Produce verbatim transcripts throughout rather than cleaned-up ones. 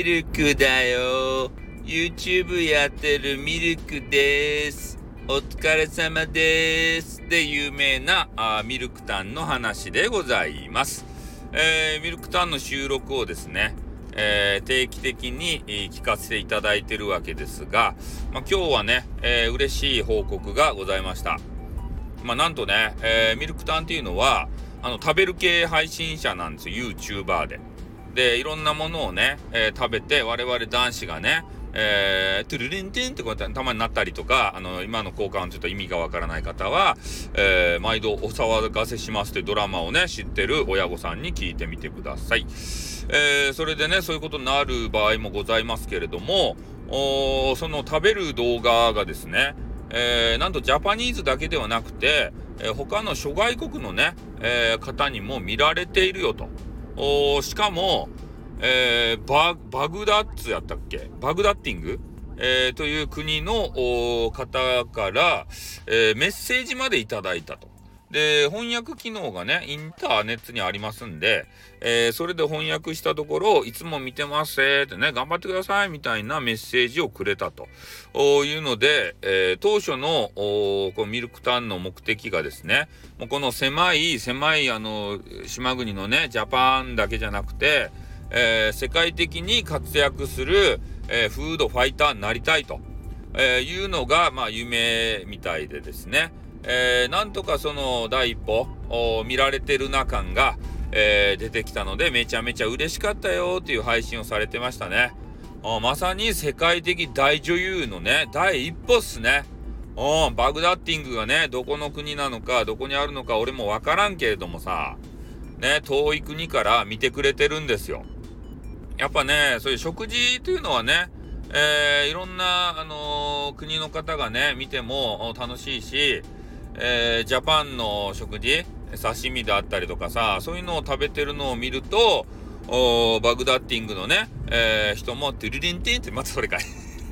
ミルクだよ。YouTube やってるミルクです。お疲れ様です。で有名なあミルクタンの話でございます。えー、ミルクタンの収録をですね、えー、定期的に、えー、聞かせていただいてるわけですが、まあ、今日はね、えー、嬉しい報告がございました。まあ、なんとね、えー、ミルクタンっていうのはあの食べる系配信者なんですよ。 YouTuber ででいろんなものをね、えー、食べて我々男子がね、えー、トゥルリンティンってこうやってたまになったりとか、あの今の交換ちょっと意味がわからない方は、えー、毎度お騒がせしますというドラマをね知ってる親御さんに聞いてみてください。えー、それでねそういうことになる場合もございますけれども、おその食べる動画がですね、えー、なんとジャパニーズだけではなくて、えー、他の諸外国のね、えー、方にも見られているよと。おしかも、えー、バ, バグダッツやったっけバグダッティング、えー、という国の方から、えー、メッセージまでいただいたと。で翻訳機能がねインターネットにありますんで、えー、それで翻訳したところいつも見てますってね頑張ってくださいみたいなメッセージをくれたというので、えー、当初のこのミルクタンの目的がですねもうこの狭い狭いあの島国のねジャパンだけじゃなくて、えー、世界的に活躍する、えー、フードファイターになりたいと、えー、いうのがまあ夢みたいでですね、えー、なんとかその第一歩見られてるな感が、えー、出てきたのでめちゃめちゃ嬉しかったよっていう配信をされてましたね。まさに世界的大女優のね第一歩っすね。バグダッティングがねどこの国なのかどこにあるのか俺もわからんけれどもさね遠い国から見てくれてるんですよ。やっぱねそういう食事というのはね、えー、いろんな、あのー、国の方がね見ても楽しいし、えー、ジャパンの食事刺身であったりとかさそういうのを食べてるのを見るとバグダッティングのね、えー、人もトゥルリンティンってまたそれかい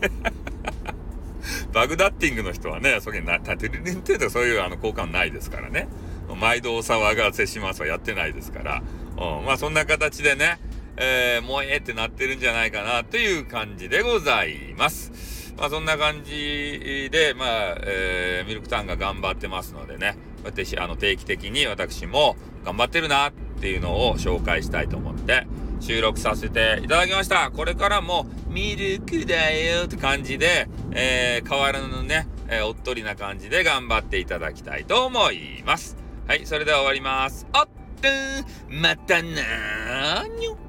バグダッティングの人はねそれになトゥルリンティンとかそういうあの効果はないですからね。毎度お騒がせしますはやってないですから、まあそんな形でね、えー、もうええってなってるんじゃないかなという感じでございます。まあそんな感じでまあ、えー、ミルクタンが頑張ってますのでね私あの定期的に私も頑張ってるなっていうのを紹介したいと思って収録させていただきました。これからもミルクだよって感じで、えー、変わらぬね、えー、おっとりな感じで頑張っていただきたいと思います。はい、それでは終わります。おっとまたなーにょ。